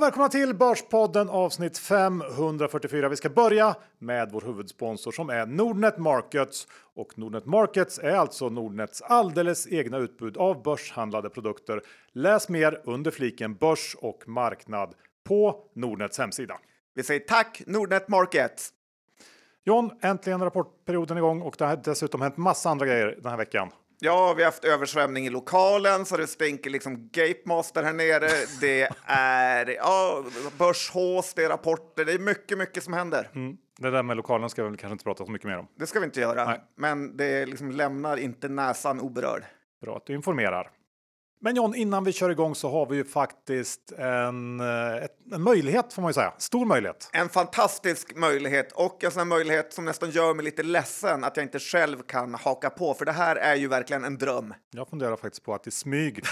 Välkomna till Börspodden avsnitt 544. Vi ska börja med vår huvudsponsor som är Nordnet Markets. Och Nordnet Markets är alltså Nordnets alldeles egna utbud av börshandlade produkter. Läs mer under fliken börs och marknad på Nordnets hemsida. Vi säger tack Nordnet Markets! John, äntligen rapportperioden igång och det har dessutom hänt massa andra grejer den här veckan. Ja, vi har haft översvämning i lokalen så det stänker liksom Gape Master här nere. Det är börshås, det är rapporter, det är mycket som händer. Det där med lokalen ska vi kanske inte prata så mycket mer om. Det ska vi inte göra, Nej. men det liksom lämnar inte näsan oberörd. Bra att du informerar. Men John, innan vi kör igång så har vi ju faktiskt en möjlighet får man ju säga. Stor möjlighet. En fantastisk möjlighet och en sån möjlighet som nästan gör mig lite ledsen att jag inte själv kan haka på. För det här är ju verkligen en dröm. Jag funderar faktiskt på att i smyg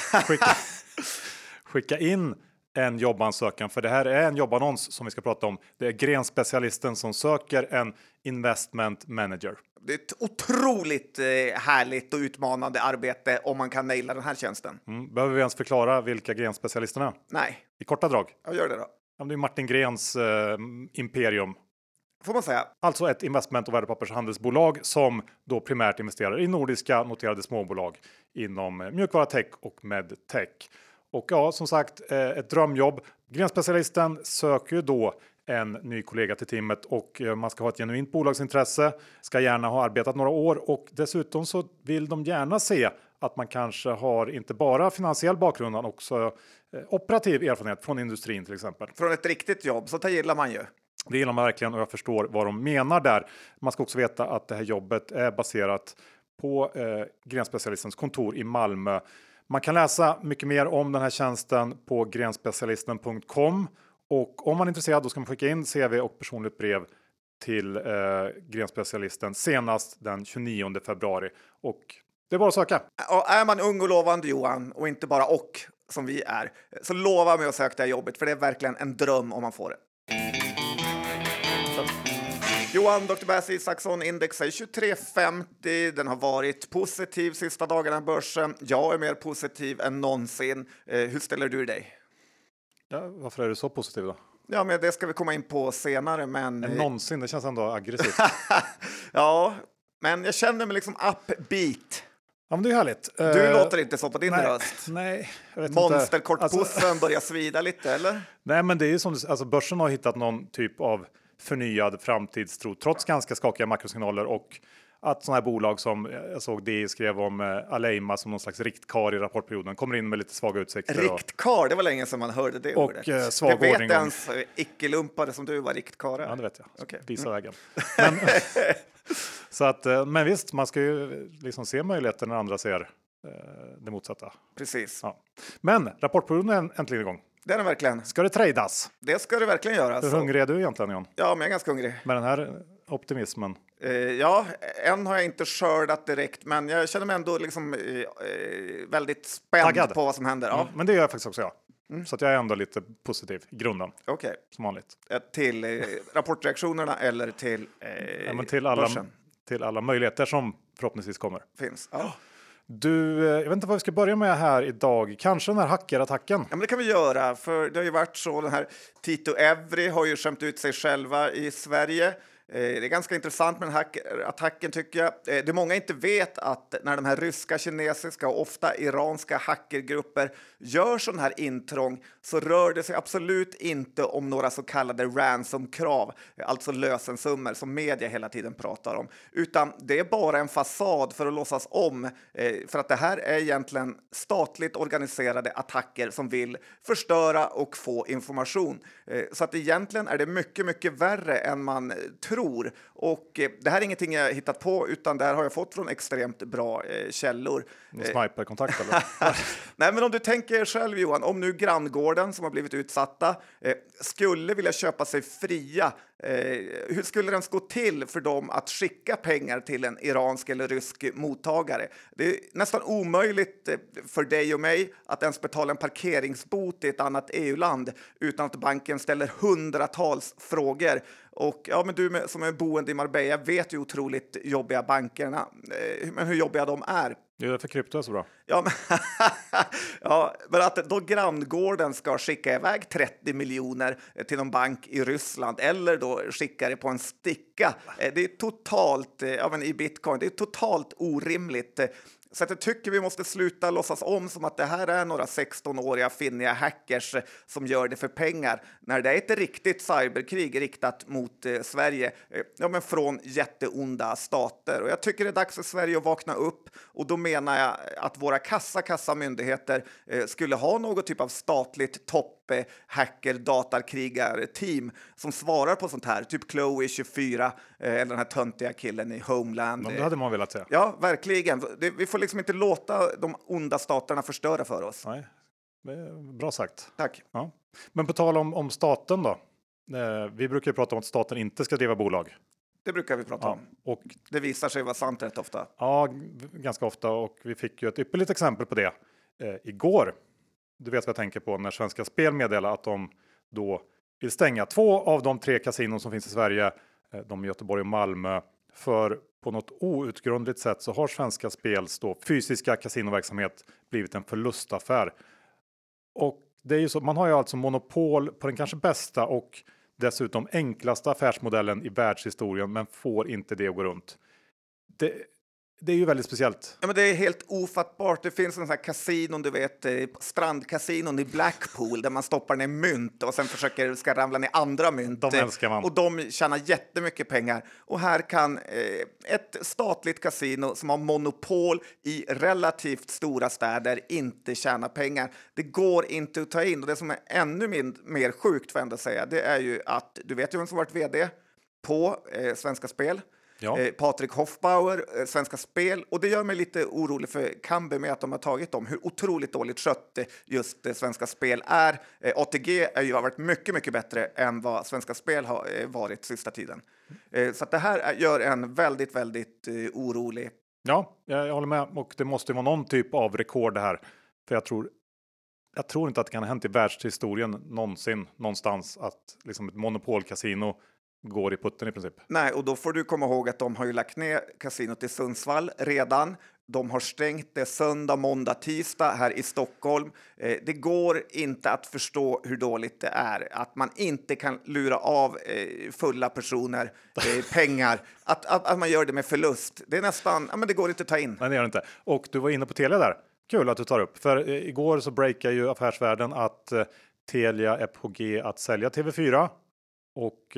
skicka in en jobbansökan. För det här är en jobbannons som vi ska prata om. Det är grenspecialisten som söker en investment manager. Det är ett otroligt härligt och utmanande arbete om man kan naila den här tjänsten. Behöver vi ens förklara vilka grenspecialisterna är? Nej. I korta drag. Jag gör det då. Ja, det är Martin Grens imperium. Får man säga. Alltså ett investment- och värdepappershandelsbolag som då primärt investerar i nordiska noterade småbolag inom mjukvara tech och medtech. Och ja, som sagt, ett drömjobb. Grenspecialisten söker ju då en ny kollega till teamet och man ska ha ett genuint bolagsintresse, ska gärna ha arbetat några år och dessutom så vill de gärna se att man kanske har inte bara finansiell bakgrund utan också operativ erfarenhet från industrin till exempel. Från ett riktigt jobb, så det gillar man ju. Det gillar man verkligen och jag förstår vad de menar där. Man ska också veta att det här jobbet är baserat på grenspecialistens kontor i Malmö. Man kan läsa mycket mer om den här tjänsten på grenspecialisten.com. Och om man är intresserad då ska man skicka in CV och personligt brev till grenspecialisten senast den 29 februari. Och det är bara att söka. Och är man ung och lovande Johan och inte bara som vi är, så lova mig att söka det här jobbet för det är verkligen en dröm om man får det. Johan, Dr. Bass Isaksson, index är 23,50. Den har varit positiv sista dagarna i börsen. Jag är mer positiv än någonsin. Hur ställer du dig? Ja, varför är du så positiv då? Ja, men det ska vi komma in på senare. Men någonsin, det känns ändå aggressivt. Ja, men jag känner mig liksom upbeat. Ja, men det är härligt. Du låter inte så på din röst. Nej, jag vet Monsterkortpussen alltså, börjar svida lite, eller? Nej, men det är ju som alltså börsen har hittat någon typ av förnyad framtidstro trots ganska skakiga makrosignaler och att sådana här bolag som jag såg det skrev om Aleima som någon slags riktkar i rapportperioden kommer in med lite svaga utsikter. Riktkar, det var länge sedan man hörde det ordet. Och svag ordning. Jag vet ens icke-lumpade som du var riktkar. Ja, det vet jag. Okay. Visa vägen. Men, så att, men visst, man ska ju liksom se möjligheter när andra ser det motsatta. Precis. Ja. Men rapportperioden är äntligen igång. Det är den verkligen. Ska det tradas? Det ska det verkligen göra. Hur hungrig är du egentligen, John? Ja, men jag är ganska hungrig. Med den här optimismen? Ja, än har jag inte skördat direkt, men jag känner mig ändå liksom, väldigt spänd taggad på vad som händer. Ja. Men det gör jag faktiskt också, ja. Så att jag är ändå lite positiv i grunden. Okej. Som vanligt. Till rapportreaktionerna eller till ja, men till alla möjligheter som förhoppningsvis kommer. Finns. Ja. Du, jag vet inte vad vi ska börja med här idag. Kanske den här hackerattacken. Ja, men det kan vi göra, för det har ju varit så. Den här Tito Evry har ju skämt ut sig själva i Sverige. Det är ganska intressant med den här attacken tycker jag. Det många inte vet att när de här ryska, kinesiska och ofta iranska hackergrupper gör sån här intrång så rör det sig absolut inte om några så kallade ransom-krav, alltså lösensummor som media hela tiden pratar om, utan det är bara en fasad för att låtsas om, för att det här är egentligen statligt organiserade attacker som vill förstöra och få information. Så att egentligen är det mycket värre än man tror. Och det här är ingenting jag hittat på, utan det här har jag fått från extremt bra källor. Sniperkontakt eller? Nej, men om du tänker själv Johan, om nu granngården som har blivit utsatta skulle vilja köpa sig fria, hur skulle den gå till för dem att skicka pengar till en iransk eller rysk mottagare? Det är nästan omöjligt för dig och mig att ens betala en parkeringsbot i ett annat EU-land utan att banken ställer hundratals frågor. Och ja, men du som är boende i Marbella vet ju otroligt jobbiga bankerna, men hur jobbiga de är. Det är för krypto är så bra. Ja, men, ja, men att då granngården ska skicka iväg 30 miljoner till någon bank i Ryssland eller då skicka det på en sticka. Det är totalt, ja, men i bitcoin, det är totalt orimligt. Så att jag tycker vi måste sluta låtsas om som att det här är några 16-åriga finniga hackers som gör det för pengar. När det är ett riktigt cyberkrig riktat mot Sverige, ja, men från jätteonda stater. Och jag tycker det är dags för Sverige att vakna upp. Och då menar jag att våra kassa myndigheter skulle ha något typ av statligt hacker-datarkrigar-team som svarar på sånt här. Typ Chloe 24 eller den här töntiga killen i Homeland. Det hade man velat säga. Ja, verkligen. Vi får liksom inte låta de onda staterna förstöra för oss. Nej, bra sagt. Tack. Ja. Men på tal om staten då. Vi brukar ju prata om att staten inte ska driva bolag. Det brukar vi prata om. Och det visar sig vara sant rätt ofta. Ja, ganska ofta. Och vi fick ju ett ypperligt exempel på det igår. Du vet vad jag tänker på när Svenska Spel meddelar att de då vill stänga 2 av de 3 kasinon som finns i Sverige. De i Göteborg och Malmö. För på något outgrundligt sätt så har Svenska Spels då fysiska kasinoverksamhet blivit en förlustaffär. Och det är ju så, man har ju alltså monopol på den kanske bästa och dessutom enklaste affärsmodellen i världshistorien, men får inte det att gå runt. Det är ju väldigt speciellt. Ja, men det är helt ofattbart. Det finns en sån här kasinon, du vet, strandkasinon i Blackpool där man stoppar ner mynt och sen ska ramla ner andra mynt. De älskar man. Och de tjänar jättemycket pengar. Och här kan ett statligt kasino som har monopol i relativt stora städer inte tjäna pengar. Det går inte att ta in. Och det som är ännu mer sjukt, får jag ändå säga, det är ju att du vet ju vem som varit vd på Svenska Spel. Ja. Patrik Hoffbauer, Svenska Spel, och det gör mig lite orolig för Kambi med att de har tagit dem. Hur otroligt dåligt skött just Svenska Spel är. ATG har varit mycket bättre än vad Svenska Spel har varit sista tiden. Så att det här gör en väldigt orolig. Ja, jag håller med, och det måste vara någon typ av rekord det här. För jag tror inte att det kan ha hänt i världshistorien någonstans att liksom ett monopolkasino går i putten i princip. Nej, och då får du komma ihåg att de har ju lagt ner kasinot i Sundsvall redan. De har stängt det söndag, måndag, tisdag här i Stockholm. Det går inte att förstå hur dåligt det är. Att man inte kan lura av fulla personer pengar. Att man gör det med förlust. Det är nästan, men det går inte att ta in. Nej, det gör det inte. Och du var inne på Telia där. Kul att du tar upp. För igår så breakade ju Affärsvärlden att Telia är på G att sälja TV4. Och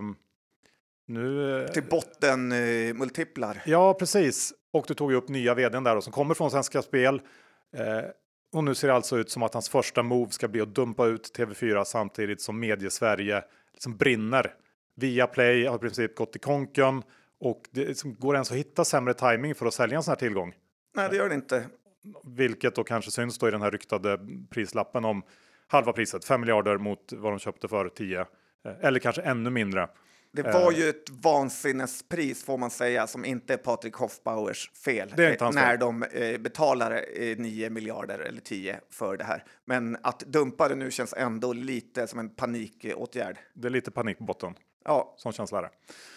nu... till botten multiplar. Ja, precis. Och du tog ju upp nya vdn där som kommer från Svenska Spel. Och nu ser det alltså ut som att hans första move ska bli att dumpa ut TV4 samtidigt som Mediesverige liksom brinner. Viaplay har i princip gått i konken. Och det liksom går ens att hitta sämre timing för att sälja en sån här tillgång. Nej, det gör det inte. Vilket då kanske syns då i den här ryktade prislappen om halva priset. 5 miljarder mot vad de köpte för 10. Eller kanske ännu mindre. Det var ju ett vansinnespris, får man säga, som inte är Patrik Hoffbauers fel. Det är inte hans när fel. de betalar 9 miljarder eller 10 för det här. Men att dumpa det nu känns ändå lite som en panikåtgärd. Det är lite panik på botten. Ja. Sån känsla är det.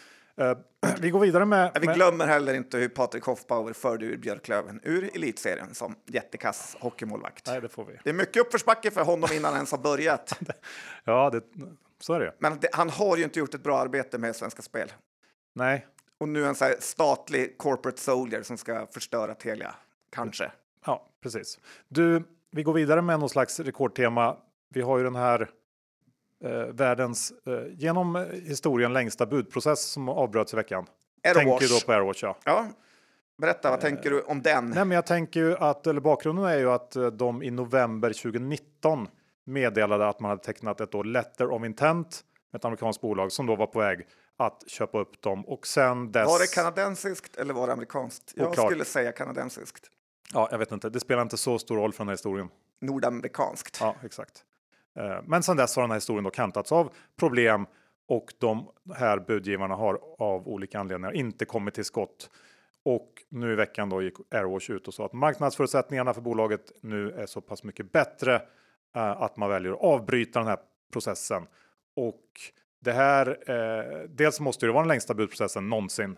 Vi går vidare med... Vi glömmer heller inte hur Patrik Hoffbauer förde ur Björklöven ur elitserien som jättekass hockeymålvakt. Nej, det får vi. Det är mycket uppförsbacke för honom innan han ens har börjat. Ja, så är det. Men han har ju inte gjort ett bra arbete med Svenska Spel. Nej. Och nu en så här statlig corporate soldier som ska förstöra Telia. Kanske. Ja, precis. Vi går vidare med någon slags rekordtema. Vi har ju den här världens genom historien längsta budprocess som avbröts i veckan. Airwash. Tänker du då på Airwash, ja. Ja, berätta, vad tänker du om den? Nej, men jag tänker ju eller bakgrunden är ju att de i november 2019 meddelade att man hade tecknat ett letter of intent med ett amerikanskt bolag som då var på väg att köpa upp dem. Och sen dess... Var det kanadensiskt eller var det amerikanskt? Jag skulle säga kanadensiskt. Ja, jag vet inte. Det spelar inte så stor roll för den här historien. Nordamerikanskt. Ja, exakt. Men sen dess har den här historien då kantats av problem och de här budgivarna har av olika anledningar inte kommit till skott. Och nu i veckan då gick Airwash ut och sa att marknadsförutsättningarna för bolaget nu är så pass mycket bättre att man väljer att avbryta den här processen. Och det här, dels måste det vara den längsta budprocessen någonsin.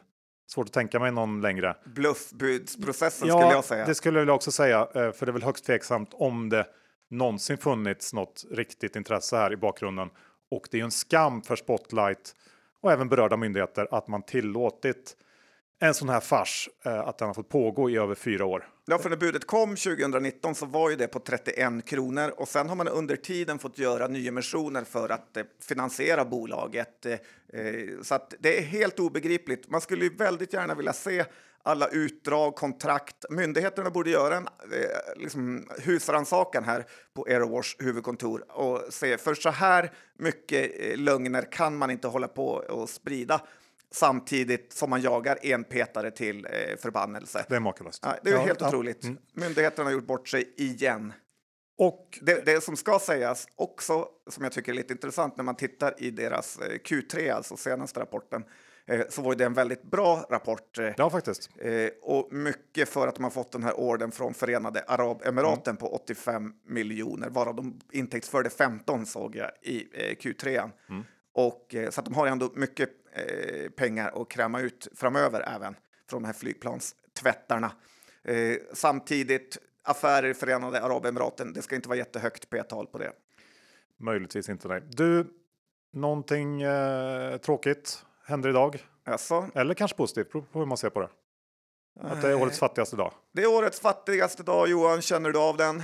Svårt att tänka mig någon längre. Bluffbudsprocessen skulle jag säga. Det skulle jag också säga. För det är väl högst tveksamt om det någonsin funnits något riktigt intresse här i bakgrunden. Och det är ju en skam för Spotlight och även berörda myndigheter att man tillåtit en sån här fars att den har fått pågå i över 4 år. Ja, för när budet kom 2019 så var ju det på 31 kronor och sen har man under tiden fått göra nyemissioner för att finansiera bolaget. Så att det är helt obegripligt. Man skulle ju väldigt gärna vilja se alla utdrag, kontrakt. Myndigheterna borde göra en husrannsakan här på Aerowars huvudkontor och se, för så här mycket lögner kan man inte hålla på och sprida samtidigt som man jagar en petare till förbannelse. Det är makalöst. Ja, det är helt otroligt. Myndigheterna har gjort bort sig igen. Och det som ska sägas också, som jag tycker är lite intressant när man tittar i deras Q3, alltså senaste rapporten, så var det en väldigt bra rapport. Ja, faktiskt. Och mycket för att de har fått den här orden från Förenade Arabemiraten på 85 miljoner, varav de intäktsförde 15 såg jag i Q3. Och, så att de har ändå mycket pengar att kräma ut framöver även från de här flygplanstvättarna. Samtidigt, affärer i Förenade Arabemiraten, det ska inte vara jättehögt p-tal på det. Möjligtvis inte, nej. Du, någonting tråkigt händer idag? Alltså? Eller kanske positivt, på hur man ser på det. Att det är årets fattigaste dag. Det är årets fattigaste dag, Johan. Känner du av den?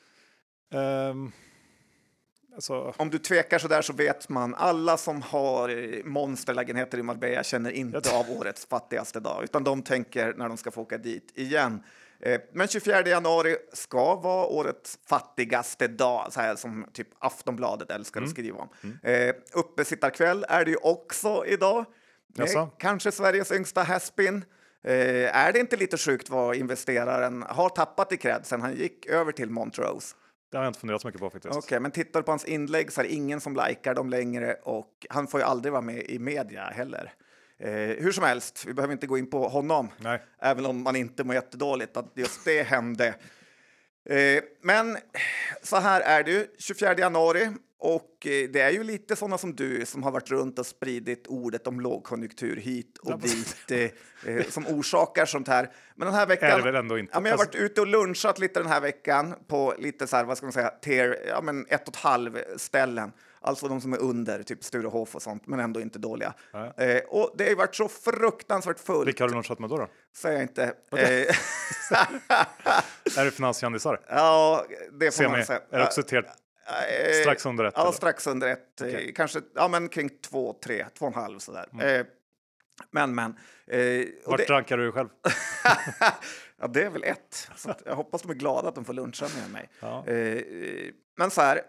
Alltså... Om du tvekar så där så vet man. Alla som har monsterlägenheter i Marbella känner inte av årets fattigaste dag. Utan de tänker när de ska få åka dit igen. Men 24 januari ska vara årets fattigaste dag, så här som typ Aftonbladet älskar att skriva om. Uppesittarkväll är det ju också idag. Kanske Sveriges yngsta haspin. Är det inte lite sjukt vad investeraren har tappat i cred sen han gick över till Montrose? Det har jag inte funderat så mycket på faktiskt. Okej, men tittar på hans inlägg så är det ingen som likar dem längre och han får ju aldrig vara med i media heller. Hur som helst, vi behöver inte gå in på honom. Nej. Även om man inte mår jättedåligt att just det hände. Men så här är det ju, 24 januari. Och det är ju lite sådana som du som har varit runt och spridit ordet om lågkonjunktur hit och dit som orsakar sånt här. Men den här veckan är det väl ändå inte. Ja, men jag har varit ute och lunchat lite den här veckan på lite så här, vad ska man säga, tier, 1,5 ställen. Alltså de som är under, typ Sturehof och sånt, men ändå inte dåliga. Och det har ju varit så fruktansvärt fullt. Vilka har du lunchat med då? Säger jag inte. Okay. Är det finanskändisar? Ja, det får man säga. Är det också strax under 1? Ja, strax under 1. Okay. Kanske men kring 2, 3, 2,5 sådär. Men. Vart rankar du själv? Ja, det är väl 1. Så jag hoppas de är glada att de får luncha med mig. Ja. Men så här,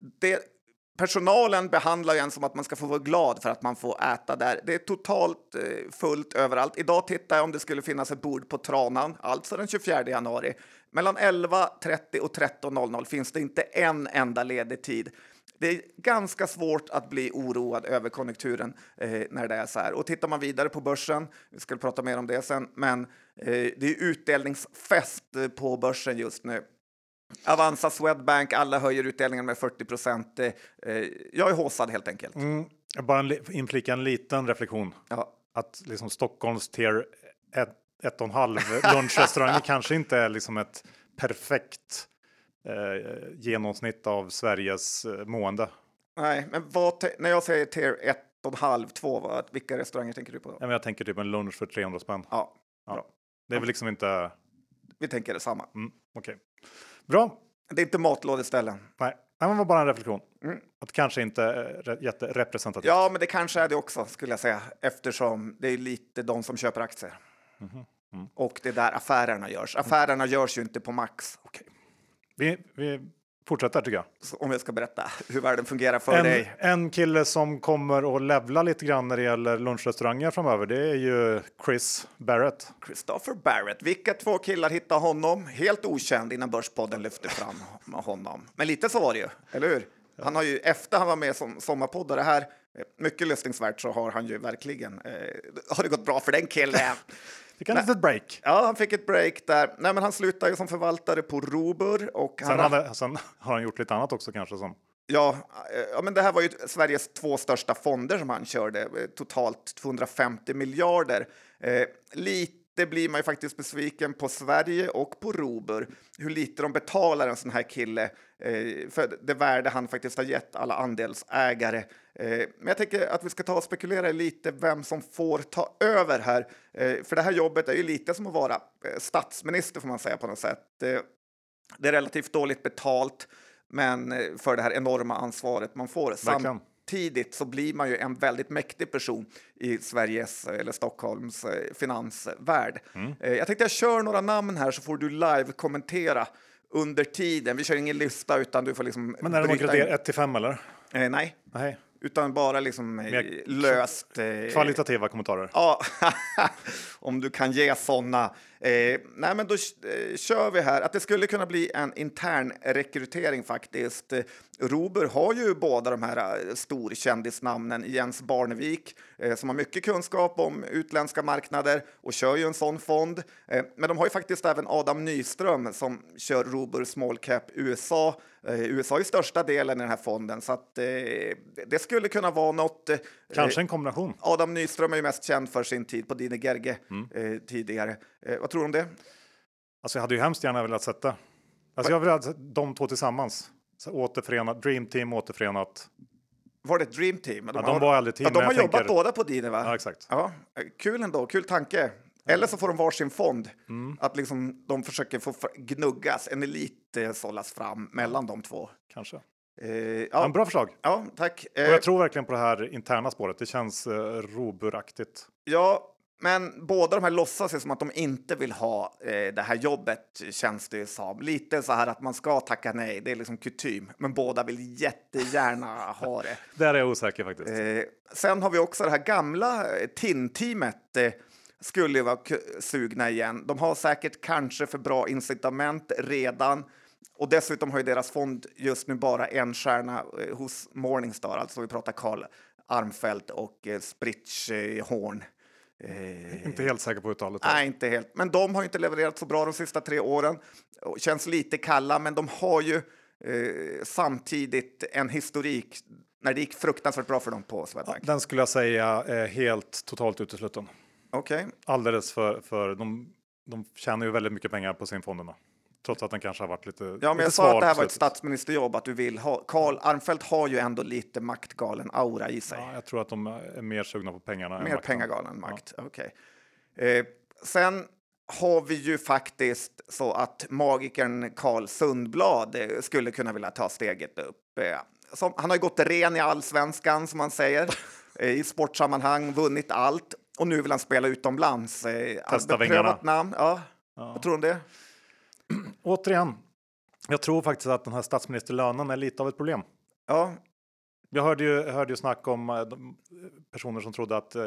personalen behandlar ju en som att man ska få vara glad för att man får äta där. Det är totalt fullt överallt. Idag tittar jag om det skulle finnas ett bord på Tranan, alltså den 24 januari. Mellan 11.30 och 13.00 finns det inte en enda ledig tid. Det är ganska svårt att bli oroad över konjunkturen när det är så här. Och tittar man vidare på börsen, vi ska prata mer om det sen, men det är utdelningsfest på börsen just nu. Avanza, Swedbank, alla höjer utdelningen med 40%. Jag är håsad helt enkelt. Bara inflika en liten reflektion. Ja. Att liksom Stockholms tier 1,5 lunchrestauranger kanske inte är liksom ett perfekt genomsnitt av Sveriges mående. Nej, men när jag säger tier 1,5, 2, vilka restauranger tänker du på? Ja, men jag tänker typ en lunch för 300 spänn. Ja, bra. Det är väl liksom inte... Vi tänker detsamma. Okej. Bra. Det är inte matlådeställen. Nej, det var bara en reflektion. Att kanske inte är jätterepresentativt. Ja, men det kanske är det också, skulle jag säga. Eftersom det är lite de som köper aktier. Och det är där affärerna görs. Affärerna görs ju inte på Max. Okej. Vi fortsätter tycker jag. Så om jag ska berätta hur världen fungerar för dig. En kille som kommer att levla lite grann när det gäller lunchrestauranger framöver, det är ju Chris Barrett. Christopher Barrett. Vilka 2 killar hittar honom? Helt okänd innan Börspodden lyfte fram honom. Men lite så var det ju, eller hur? Ja. Han har ju, efter han var med som sommarpoddare här, mycket lyssningsvärt, så har han ju verkligen, har det gått bra för den killen. Fick han ett break? Ja, han fick ett break där. Nej, men han slutade ju som förvaltare på Robur. Och sen har han gjort lite annat också kanske som... Men det här var ju Sveriges 2 största fonder som han körde, totalt 250 miljarder. Lite blir man ju faktiskt besviken på Sverige och på Robur, hur lite de betalar en sån här kille för det värde han faktiskt har gett alla andelsägare. Men jag tänker att vi ska ta och spekulera lite vem som får ta över här. För det här jobbet är ju lite som att vara statsminister, får man säga på något sätt. Det är relativt dåligt betalt, men för det här enorma ansvaret man får. Samtidigt så blir man ju en väldigt mäktig person i Sveriges eller Stockholms finansvärld. Jag tänkte jag kör några namn här så får du live-kommentera under tiden. Vi kör ingen lista utan du får liksom... Men är det någon grader 1-5 eller? Nej. Nej. Utan bara liksom löst... Kvalitativa kommentarer. Ja, om du kan ge sådana. Nej, men då kör vi här. Att det skulle kunna bli en intern rekrytering faktiskt. Robur har ju båda de här storkändisnamnen. Jens Barnevik som har mycket kunskap om utländska marknader och kör ju en sån fond. Men de har ju faktiskt även Adam Nyström som kör Robur Small Cap USA. USA är största delen i den här fonden, så att det skulle kunna vara något. Kanske en kombination. Adam Nyström är ju mest känd för sin tid på Dine Gerge tidigare. Vad tror du om det? Alltså jag hade ju hemskt gärna velat sätta. Alltså jag vill ha de två tillsammans. Så återförenat, Dream Team återförenat. Var det ett Dream Team? De var aldrig team. De har jobbat båda på Dine, va? Ja, exakt. Ja, kul ändå, kul tanke. Eller så får de varsin fond. Att liksom de försöker få gnuggas, en elit sållas fram mellan de två. Kanske. Ja. En bra förslag. Ja, tack. Och jag tror verkligen på det här interna spåret. Det känns Roburaktigt. Ja, men båda de här låtsas ju som att de inte vill ha det här jobbet, känns det som. Lite så här att man ska tacka nej, det är liksom kutym. Men båda vill jättegärna ha det. Där är jag osäker faktiskt. Sen har vi också det här gamla TIN-teamet. Skulle ju vara sugna igen. De har säkert kanske för bra incitament redan. Och dessutom har ju deras fond just nu bara en stjärna hos Morningstar. Alltså vi pratar Carl Armfelt och Spritz Horn. Inte helt säker på uttalet. Nej, inte helt. Men de har ju inte levererat så bra de sista 3 åren. Känns lite kalla, men de har ju samtidigt en historik när det gick fruktansvärt bra för dem på Swedbank. Ja, den skulle jag säga är helt totalt utesluten. Okej. Alldeles för de tjänar ju väldigt mycket pengar på sin fonderna. Trots att den kanske har varit lite Ja, men lite jag sa att det här var ett slutet. statsministerjobb, att du vill ha. Carl Armfelt har ju ändå lite maktgalen aura i sig. Ja, jag tror att de är mer sugna på pengarna. Mer pengagalen makt, okej. Sen har vi ju faktiskt så att magikern Carl Sundblad skulle kunna vilja ta steget upp. Han har ju gått ren i allsvenskan, som man säger, i sportsammanhang, vunnit allt. Och nu vill han spela utomlands. Testa vingarna. Namn. Ja. Vad tror du om det? Återigen, jag tror faktiskt att den här statsministerlönen är lite av ett problem. Ja. Jag hörde ju snack om personer som trodde att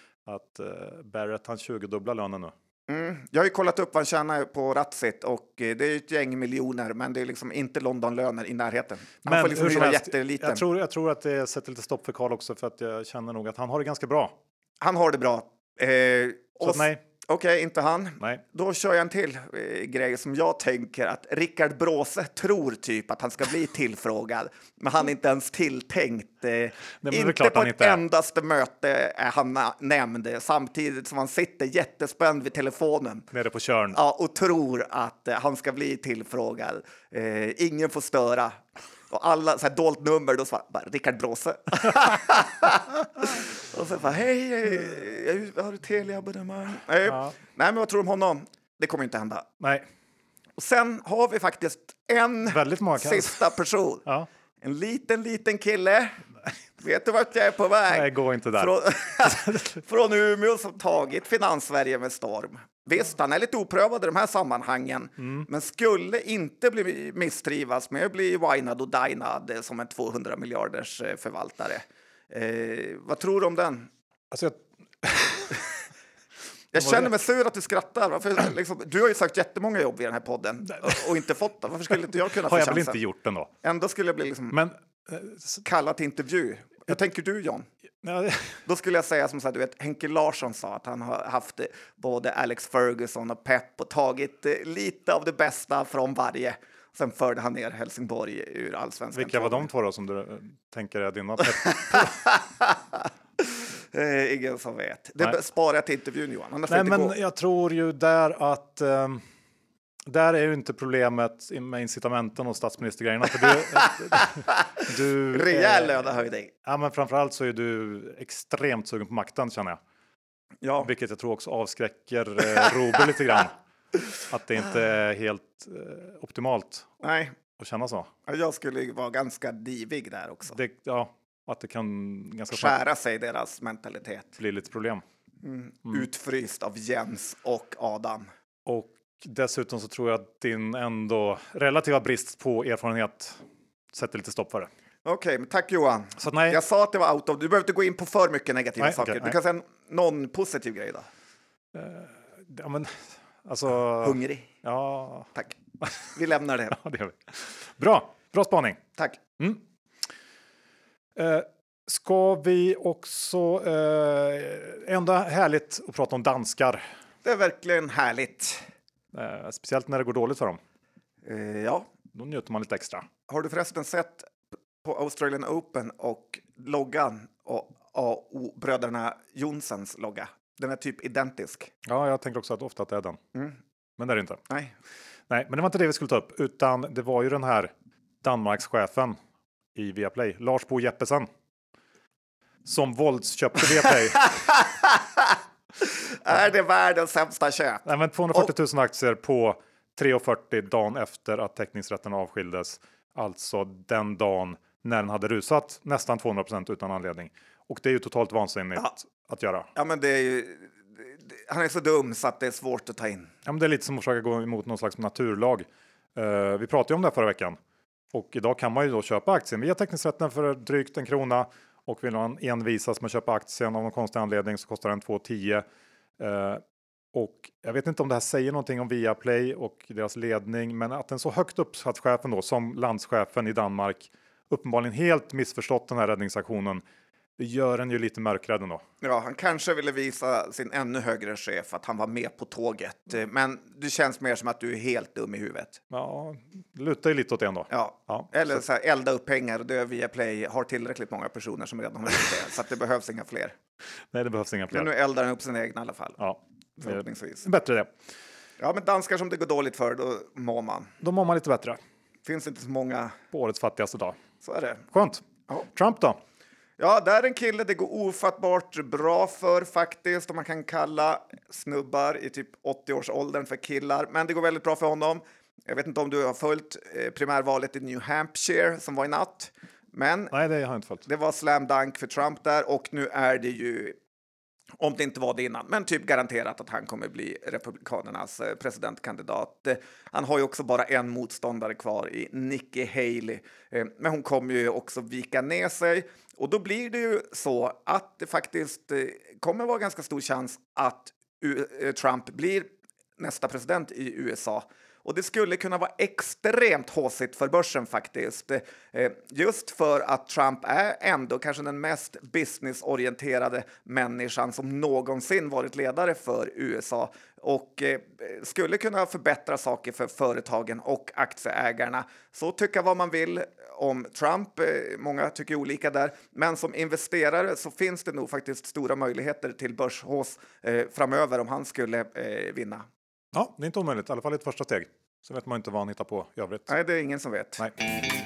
Barrett han 20-dubbla lönen nu. Jag har ju kollat upp vad han tjänar på Ratsit och det är ett gäng miljoner, men det är liksom inte Londonlöner i närheten. Han får liksom hyra jätteliten. Jag tror att det sätter lite stopp för Carl också, för att jag känner nog att han har det ganska bra. Han har det bra. Så nej. Okej, inte han. Nej. Då kör jag en till grej som jag tänker att Rickard Bråse tror typ att han ska bli tillfrågad. Men han är inte ens tilltänkt. Inte på ett endaste möte är han nämnd. Samtidigt som han sitter jättespänd vid telefonen. Nere på Tjörn. Ja, och tror att han ska bli tillfrågad. Ingen får störa. Och alla så här dolt nummer, då svarar bara Rickard Bråse. Och så bara, hej, jag har ett Telia-abonnemang. Nej, men vad tror du om honom? Det kommer inte hända. Nej. Och sen har vi faktiskt en sista person. Ja. En liten kille. Vet du vart jag är på väg? Nej, gå inte där. Från Umeå som tagit Finanssverige med storm. Visst, han är lite oprövad i de här sammanhangen. Men skulle inte bli misstrivas med att bli winad och dinad som en 200 miljarders förvaltare. Vad tror du om den? Alltså jag känner mig sur att du skrattar. Varför, liksom, du har ju sagt jättemånga jobb i den här podden och inte fått det. Varför skulle inte jag kunna få chansen? Har jag väl inte gjort den då? Ändå skulle jag bli liksom kallad till intervju. Hur tänker du, John? Då skulle jag säga som så här, du vet, Henke Larsson sa att han har haft både Alex Ferguson och Pep och tagit lite av det bästa från varje. Sen förde han ner Helsingborg ur allsvenskan. Vilka var de två då som du tänker är dina? Ingen som vet. Det sparar jag till intervjun, Johan. Annars Nej, men jag tror ju där att där är ju inte problemet med incitamenten och statsministergrejerna. För du rejäl lönehöjning. Ja, men framförallt så är du extremt sugen på makten, känner jag. Ja. Vilket jag tror också avskräcker Robert lite grann. Att det inte är helt optimalt. Nej. Att känna så. Jag skulle vara ganska divig där också. Att det kan ganska skära sig deras mentalitet. Bli lite problem. Utfryst av Jens och Adam. Och dessutom så tror jag att din ändå relativa brist på erfarenhet sätter lite stopp för det. Okej, men tack Johan. Så nej. Jag sa att det var out of... Du behöver inte gå in på för mycket negativa saker. Du kan säga någon positiv grej då. Ja, men alltså... Hungrig. Ja. Tack. Vi lämnar det. Ja, det gör vi. Bra spaning. Tack. Ska vi också... ändå härligt att prata om danskar. Det är verkligen härligt. Speciellt när det går dåligt för dem. Ja. Då njuter man lite extra. Har du förresten sett på Australian Open och loggan och AO-bröderna Johnsens logga? Den är typ identisk. Ja, jag tänker också att ofta att det är den. Men det är det inte. Nej, men det var inte det vi skulle ta upp. Utan det var ju den här Danmarkschefen i Viaplay, Lars Bo Jeppesen. Som våldsköpte Viaplay. Är det världens sämsta köp? Nej, men 240 000 aktier på 3,40 dagen efter att teckningsrätten avskildes. Alltså den dagen när den hade rusat nästan 200% utan anledning. Och det är ju totalt vansinnigt att göra. Ja, men det är ju... Han är så dum så att det är svårt att ta in. Ja, men det är lite som att försöka gå emot någon slags naturlag. Vi pratade ju om det här förra veckan. Och idag kan man ju då köpa aktien via teckningsrätten för drygt 1 krona. Och vill man envisas med att köpa aktien av någon konstig anledning så kostar den 2,10. Och jag vet inte om det här säger någonting om Viaplay och deras ledning. Men att en så högt uppsatt chefen då, som landschefen i Danmark, uppenbarligen helt missförstått den här räddningsaktionen. Det gör en ju lite mörkrädd ändå. Ja, han kanske ville visa sin ännu högre chef att han var med på tåget. Men det känns mer som att du är helt dum i huvudet. Ja, det lutar ju lite åt det ändå. Ja. Eller så här, elda upp pengar och dö via Play har tillräckligt många personer som redan har gjort det. Så att det behövs inga fler. Nej, det behövs inga fler. Men nu eldar han upp sin egna i alla fall. Ja, förhoppningsvis. Bättre det. Ja, men danskar som det går dåligt för, då mår man. Då mår man lite bättre. Finns inte så många. På årets fattigaste dag. Så är det. Skönt. Ja. Trump då? Ja, där är en kille det går ofattbart bra för faktiskt. Och man kan kalla snubbar i typ 80-årsåldern för killar. Men det går väldigt bra för honom. Jag vet inte om du har följt primärvalet i New Hampshire som var i natt. Men nej, det har jag inte följt. Det var slam dunk för Trump där. Och nu är det ju, om det inte var det innan, men typ garanterat att han kommer bli republikanernas presidentkandidat. Han har ju också bara en motståndare kvar i Nikki Haley. Men hon kommer ju också vika ner sig. Och då blir det ju så att det faktiskt kommer vara ganska stor chans att Trump blir nästa president i USA. Och det skulle kunna vara extremt håsigt för börsen faktiskt. Just för att Trump är ändå kanske den mest businessorienterade människan som någonsin varit ledare för USA. Och skulle kunna förbättra saker för företagen och aktieägarna. Så tycka vad man vill om Trump. Många tycker olika där. Men som investerare så finns det nog faktiskt stora möjligheter till börshås framöver om han skulle vinna. Ja, det är inte omöjligt. I alla fall ett första steg. Så vet man inte vad han hittar på i övrigt. Nej, det är ingen som vet. Nej.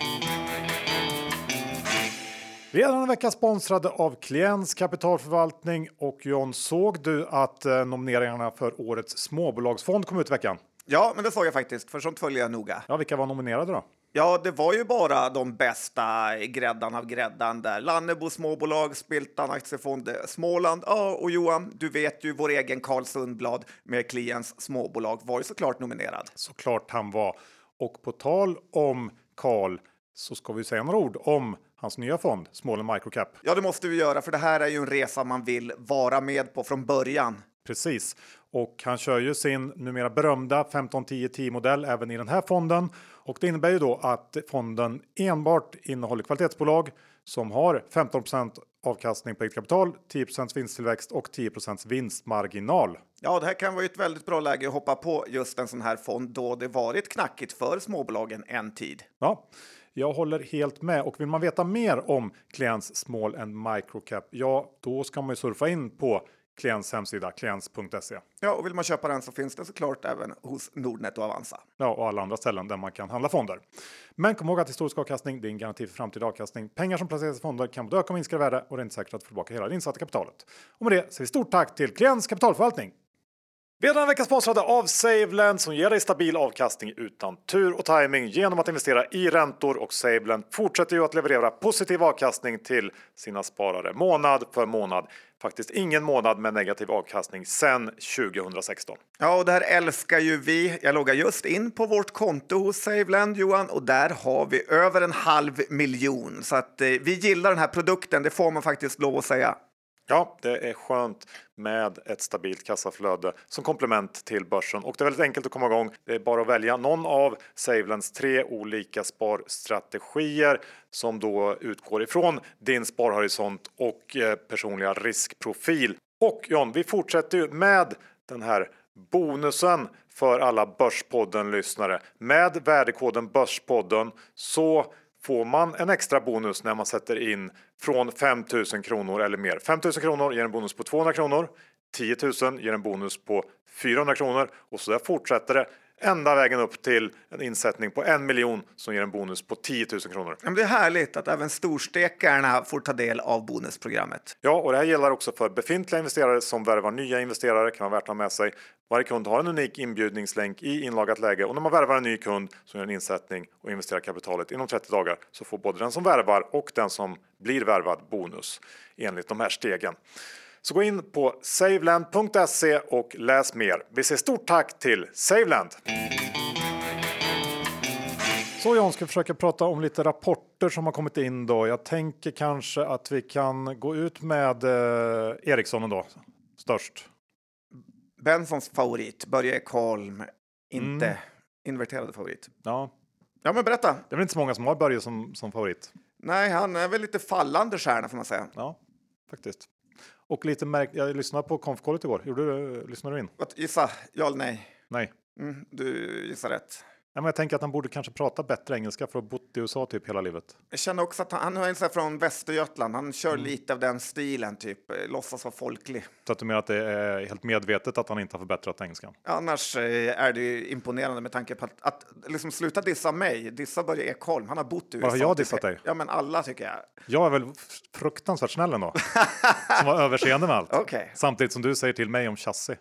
Vi är den vecka sponsrade av Klients kapitalförvaltning. Och John, såg du att nomineringarna för årets småbolagsfond kom ut i veckan? Ja, men det såg jag faktiskt, för sånt följer jag noga. Ja, vilka var nominerade då? Ja, det var ju bara de bästa gräddan av gräddan där. Lannebo småbolag, Spiltan aktiefond, Småland. Ja, och Johan, du vet ju vår egen Carl Sundblad med Klients småbolag var ju såklart nominerad. Såklart han var. Och på tal om Carl så ska vi säga några ord om hans nya fond, Småland Microcap. Ja, det måste vi göra, för det här är ju en resa man vill vara med på från början. Precis. Och han kör ju sin numera berömda 15-10-10-modell även i den här fonden. Och det innebär ju då att fonden enbart innehåller kvalitetsbolag som har 15% avkastning på eget kapital, 10% vinsttillväxt och 10% vinstmarginal. Ja, det här kan vara ett väldigt bra läge att hoppa på just en sån här fond då det varit knackigt för småbolagen en tid. Ja, jag håller helt med, och vill man veta mer om Klients Small and Microcap, ja då ska man ju surfa in på Klients hemsida, klients.se. Ja, och vill man köpa den så finns det såklart även hos Nordnet och Avanza. Ja, och alla andra ställen där man kan handla fonder. Men kom ihåg att historisk avkastning, det är en garanti för framtida avkastning. Pengar som placeras i fonder kan både öka och minska i värde, och det är inte säkert att få tillbaka hela det insatta kapitalet. Och med det säger vi stort tack till Klients kapitalförvaltning. Vi är den här veckan sponsrade av SaveLend som ger dig stabil avkastning utan tur och timing genom att investera i räntor, och SaveLend fortsätter ju att leverera positiv avkastning till sina sparare månad för månad. Faktiskt ingen månad med negativ avkastning sedan 2016. Ja, och det här älskar ju vi. Jag loggar just in på vårt konto hos SaveLend, Johan, och där har vi över 500 000. Så att vi gillar den här produkten, det får man faktiskt lov att säga. Ja, det är skönt med ett stabilt kassaflöde som komplement till börsen, och det är väldigt enkelt att komma igång. Det är bara att välja någon av SaveLends 3 olika sparstrategier som då utgår ifrån din sparhorisont och personliga riskprofil. Och John, vi fortsätter ju med den här bonusen för alla Börspodden-lyssnare. Med värdekoden Börspodden så får man en extra bonus när man sätter in från 5 000 kronor eller mer. 5 000 kronor ger en bonus på 200 kronor. 10 000 ger en bonus på 400 kronor. Och så där fortsätter det ända vägen upp till en insättning på 1 miljon som ger en bonus på 10 000 kronor. Men det är härligt att även storstekarna får ta del av bonusprogrammet. Ja, och det här gäller också för befintliga investerare som värvar nya investerare, kan vara värt att ha med sig. Varje kund har en unik inbjudningslänk i inlagat läge, och när man värvar en ny kund som gör en insättning och investerar kapitalet inom 30 dagar så får både den som värvar och den som blir värvad bonus enligt de här stegen. Så gå in på saveland.se och läs mer. Vi säger stort tack till SaveLend! Så John, ska försöka prata om lite rapporter som har kommit in då. Jag tänker kanske att vi kan gå ut med Ericsson då, störst. Bensons favorit, Börje Ekholm, inte inverterade favorit. Ja, men berätta. det är väl inte så många som har Börje som favorit. Nej, han är väl lite fallande stjärna får man säga. Ja, faktiskt. Och lite jag lyssnade på konfkollet igår. Lyssnade du in? Gissa, ja eller nej? Nej. Du gissar rätt. Ja, men jag tänker att han borde kanske prata bättre engelska för att ha bott i USA typ hela livet. Jag känner också att han är en sån här från Västergötland. Han kör lite av den stilen, typ låtsas vara folklig. Så att du menar att det är helt medvetet att han inte har förbättrat engelskan? Annars är det ju imponerande med tanke på att liksom sluta dissa mig. Dissa Börje Ekholm. Han har bott i USA. Har jag dissat dig? Ja, men alla tycker jag. Jag är väl fruktansvärt snäll ändå. Som var överseende med allt. Okay. Samtidigt som du säger till mig om chassi.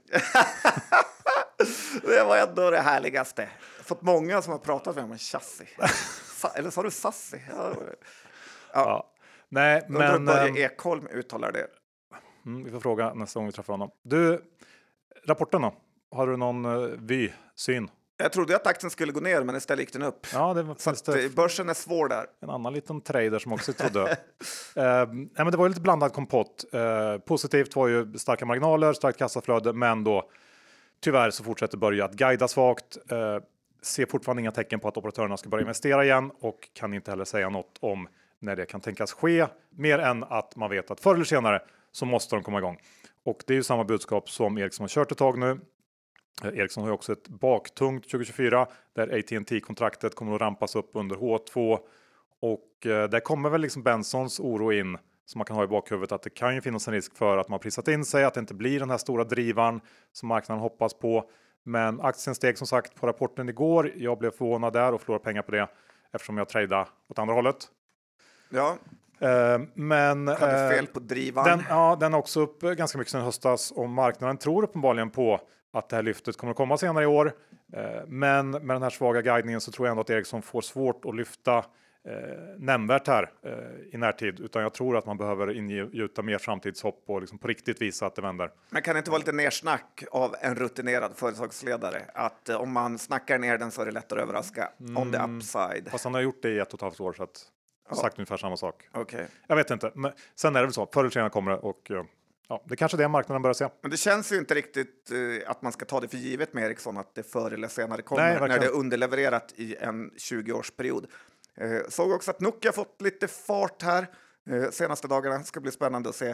Det var ändå det härligaste. Jag har fått många som har pratat med mig om chassi. Eller sa du sassi? Ja. Nej, men Börje Ekholm uttalar det. Vi får fråga nästa gång vi träffar honom. Du, rapporten då? Har du någon syn? Jag trodde att aktien skulle gå ner, men istället gick den upp. Ja, det var så börsen är svår där. En annan liten trader som också trodde. Men det var ju lite blandad kompott. Positivt var ju starka marginaler, starkt kassaflöde, men då tyvärr så fortsätter Börje att guida svagt. Ser fortfarande inga tecken på att operatörerna ska börja investera igen, och kan inte heller säga något om när det kan tänkas ske, mer än att man vet att förr eller senare så måste de komma igång. Och det är ju samma budskap som Ericsson har kört ett tag nu. Ericsson har ju också ett baktungt 2024 där AT&T-kontraktet kommer att rampas upp under H2, och där kommer väl liksom Bensons oro in som man kan ha i bakhuvudet, att det kan ju finnas en risk för att man har prisat in sig, att det inte blir den här stora drivan som marknaden hoppas på. Men aktien steg som sagt på rapporten igår. Jag blev förvånad där och förlorade pengar på det eftersom jag tradade åt andra hållet. Ja. Men hade fel på drivan. Den är också upp ganska mycket sedan höstas, och marknaden tror uppenbarligen på att det här lyftet kommer att komma senare i år. Men med den här svaga guidningen så tror jag ändå att Ericsson får svårt att lyfta nämnvärt här i närtid, utan jag tror att man behöver ingjuta mer framtidshopp och liksom på riktigt visa att det vänder. Men kan det inte vara lite nersnack av en rutinerad företagsledare att om man snackar ner den så är det lättare att överraska on the upside? Fast han har gjort det i 1,5 år, så att sagt ungefär samma sak. Okay. Jag vet inte, men sen är det väl så, förr eller senare kommer det, och det är kanske det marknaden börjar se. Men det känns ju inte riktigt att man ska ta det för givet med Ericsson att det förr eller senare kommer. När det är underlevererat i en 20-årsperiod. Såg också att Nokia fått lite fart här. senaste dagarna. Ska bli spännande att se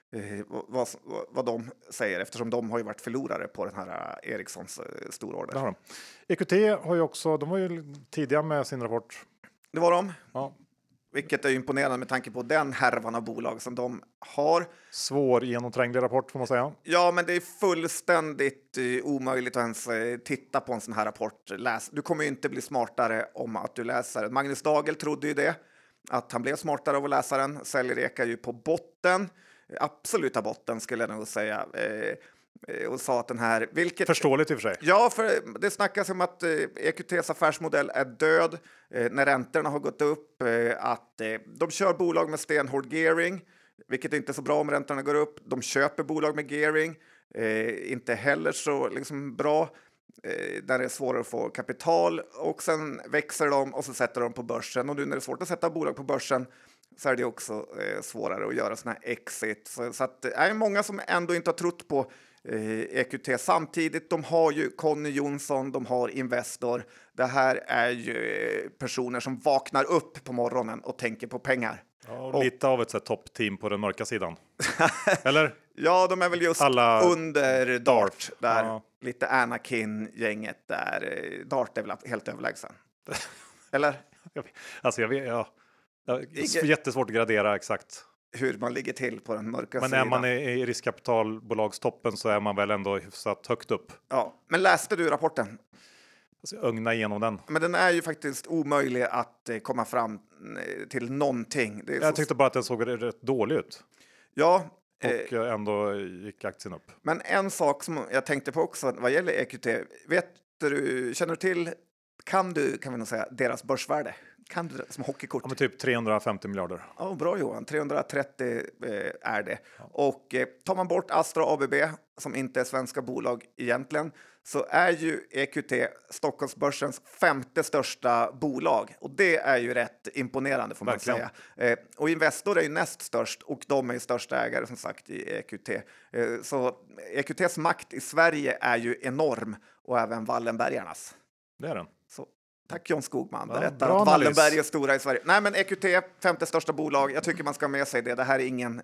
vad de säger, eftersom de har ju varit förlorare på den här Ericssons stororder. Det har de. EQT har ju också, de var ju tidiga med sin rapport. Det var de. Ja. Vilket är imponerande med tanke på den härvan av bolag som de har. Svår genomtränglig rapport får man säga. Ja, men det är fullständigt omöjligt att ens titta på en sån här rapport. Du kommer ju inte bli smartare om att du läser den. Magnus Dagel trodde ju det, att han blev smartare av att läsa den. Säljer ekar ju på botten, absoluta botten skulle jag nog säga. Och sa att den här... Förståeligt i och för sig. Ja, för det snackas om att EQTs affärsmodell är död när räntorna har gått upp. Att de kör bolag med stenhård gearing, vilket är inte är så bra om räntorna går upp. De köper bolag med gearing, inte heller så liksom bra. Där det är svårare att få kapital. Och sen växer de och så sätter de på börsen. Och nu när det är svårt att sätta bolag på börsen så är det också svårare att göra såna här exit. Så att det är många som ändå inte har trott på EQT. Samtidigt, de har ju Conny Jonsson, de har Investor. Det här är ju personer som vaknar upp på morgonen och tänker på pengar. Ja, och lite av ett toppteam på den mörka sidan. Eller? Ja, de är väl just under Dart. Där. Ja. Lite Anakin-gänget där. Dart är väl helt överlägsen. Eller? Alltså jag vet, jättesvårt att gradera exakt hur man ligger till på den mörka sidan. Men när man är i riskkapitalbolagstoppen så är man väl ändå hyfsat högt upp. Ja, men läste du rapporten? Alltså, ögna igenom den. Men den är ju faktiskt omöjlig att komma fram till någonting. Jag tyckte bara att den såg rätt dålig ut. Ja. Och ändå gick aktien upp. Men en sak som jag tänkte på också vad gäller EQT. Känner du till, kan vi nog säga, deras börsvärde? Kan du som hockeykort? Ja, men typ 350 miljarder. Ja, bra Johan. 330 är det. Ja. Och tar man bort Astra ABB, som inte är svenska bolag egentligen, så är ju EQT Stockholmsbörsens 5:e största bolag. Och det är ju rätt imponerande får man säga. Och Investor är ju näst störst och de är ju största ägare som sagt i EQT. Så EQTs makt i Sverige är ju enorm och även Wallenbergarnas. Det är den. Så. Tack John Skogman, berättar att Wallenberg är stora i Sverige. Nej, men EQT, 5:e största bolag. Jag tycker man ska ha med sig det. Det här är ingen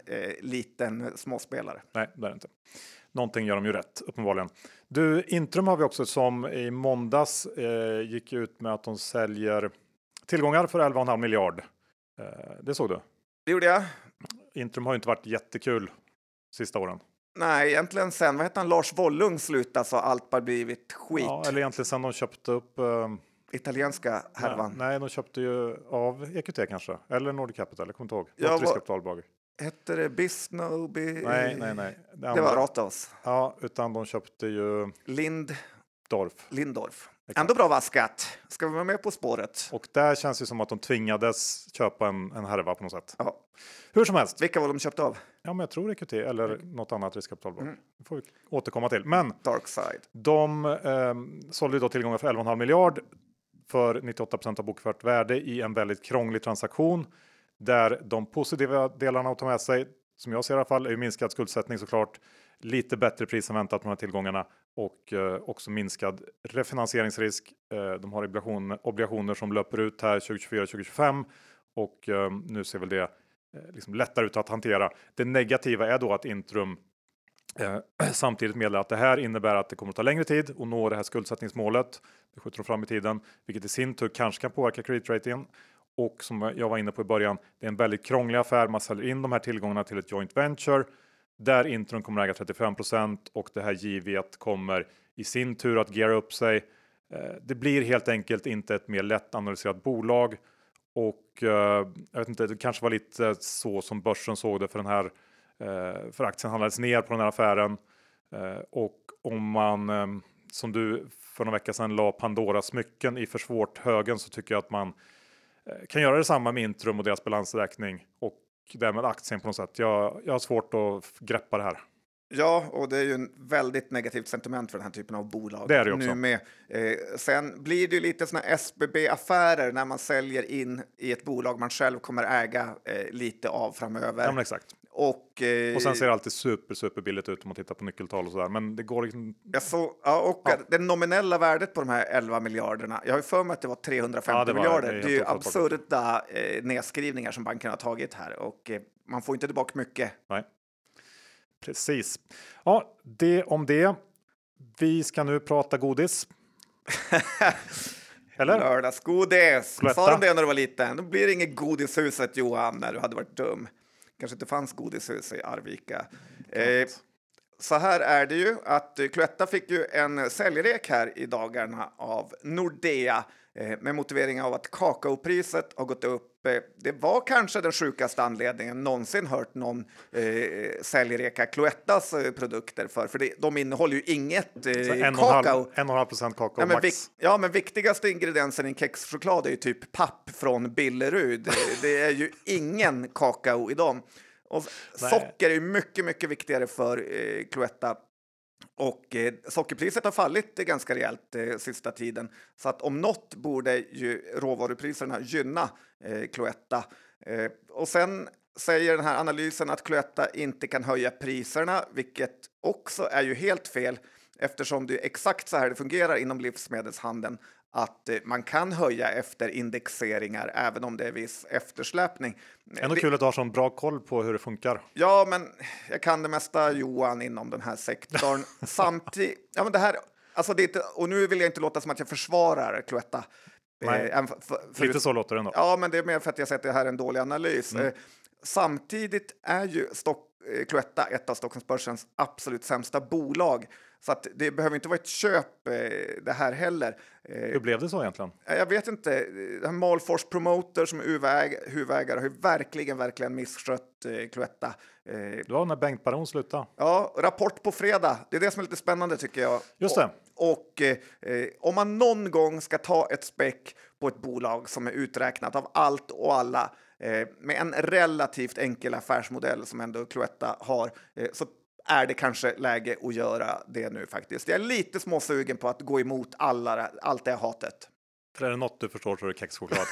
liten småspelare. Nej, det är det inte. Någonting gör de ju rätt, uppenbarligen. Du, Intrum har vi också som i måndags gick ut med att de säljer tillgångar för 11,5 miljard. Det såg du? Det gjorde jag. Intrum har ju inte varit jättekul sista åren. Nej, egentligen sen, vad heter han, Lars Wollung slutade så allt bara blivit skit. Ja, eller egentligen sen de köpte upp... italienska härvan. Nej, de köpte ju av EQT kanske. Eller Nordic Capital, jag kommer inte ihåg. Något riskkapitalbolag. Hette det Bisnobi? Nej. Det var Ratos. Ja, utan de köpte ju... Lindorf. Ändå bra vaskat. Ska vi vara med på spåret? Och där känns det som att de tvingades köpa en härva på något sätt. Ja. Hur som helst. Vilka var de köpte av? Ja, men jag tror EQT eller något annat riskkapitalbolag. Det får vi återkomma till. Men Darkside. De sålde då tillgångar för 11,5 miljard för 98% av bokfört värde i en väldigt krånglig transaktion. Där de positiva delarna att ta med sig, som jag ser i alla fall, är ju minskad skuldsättning såklart. Lite bättre pris än väntat på de här tillgångarna. Och också minskad refinansieringsrisk. De har obligationer som löper ut här 2024-2025. Och nu ser väl det liksom lättare ut att hantera. Det negativa är då att Intrum samtidigt meddelar att det här innebär att det kommer att ta längre tid att nå det här skuldsättningsmålet. Det skjuter de fram i tiden, vilket i sin tur kanske kan påverka kreditratingen. Och som jag var inne på i början, det är en väldigt krånglig affär. Man säljer in de här tillgångarna till ett joint venture där Intrum kommer äga 35% och det här JV:et kommer i sin tur att geara upp sig. Det blir helt enkelt inte ett mer lätt analyserat bolag och jag vet inte, det kanske var lite så som börsen såg det för den här för aktien handlades ner på den här affären och om man som du för några veckor sedan la Pandoras smycken i för svårt högen så tycker jag att man kan göra detsamma med Intrum och deras balansräkning och därmed aktien på något sätt. Jag har svårt att greppa det här. Ja, och det är ju en väldigt negativt sentiment för den här typen av bolag. Det är det också. Nu med. Sen blir det ju lite såna SBB-affärer när man säljer in i ett bolag man själv kommer äga lite av framöver. Ja, men exakt. Och sen ser det alltid super billigt ut om man tittar på nyckeltal och sådär. Men det går liksom... Det nominella värdet på de här 11 miljarderna, jag har ju för mig att det var 350 miljarder. Det är ju absurda nedskrivningar som banken har tagit här. Och man får inte tillbaka mycket. Nej, precis. Ja, det om det. Vi ska nu prata godis. Eller? Lördagsgodis. Cloetta. Sa de det när du var liten? Då blir det inget godishuset, Johan, när du hade varit dum. Kanske inte fanns godishus i Arvika. Så här är det ju att Cloetta fick ju en säljrek här i dagarna av Nordea med motivering av att kakaopriset har gått upp. Det var kanske den sjukaste anledningen någonsin hört någon säljreka Cloettas produkter för de innehåller ju inget kakao. 1,5% kakao max. Men viktigaste ingrediensen i en kexchoklad är ju typ papp från Billerud. Det är ju ingen kakao i dem. Och socker är mycket, mycket viktigare för Cloetta. Och sockerpriset har fallit ganska rejält sista tiden. Så att om något borde ju råvarupriserna gynna Cloetta. Och sen säger den här analysen att Cloetta inte kan höja priserna, vilket också är ju helt fel. Eftersom det är exakt så här det fungerar inom livsmedelshandeln. Att man kan höja efter indexeringar även om det är viss eftersläpning. Ändå kul att du har sån bra koll på hur det funkar. Ja, men jag kan det mesta, Johan, inom den här sektorn. Samtidigt, det här, alltså det är inte, och nu vill jag inte låta som att jag försvarar Cloetta. Lite så låter det ändå. Ja, men det är mer för att jag säger att det här är en dålig analys. Samtidigt är ju Cloetta ett av Stockholmsbörsens absolut sämsta bolag. Så att det behöver inte vara ett köp det här heller. Hur blev det så egentligen? Jag vet inte. Malfors Promoter som huvudägare har ju verkligen misskött Cloetta. Det var när Bengt Baron slutade. Ja, rapport på fredag. Det är det som är lite spännande tycker jag. Just det. Och om man någon gång ska ta ett späck på ett bolag som är uträknat av allt och alla med en relativt enkel affärsmodell som ändå Cloetta har, så är det kanske läge att göra det nu faktiskt. Jag är lite småsugen på att gå emot allt det hatet. För är det något du förstår så är det kexchoklad.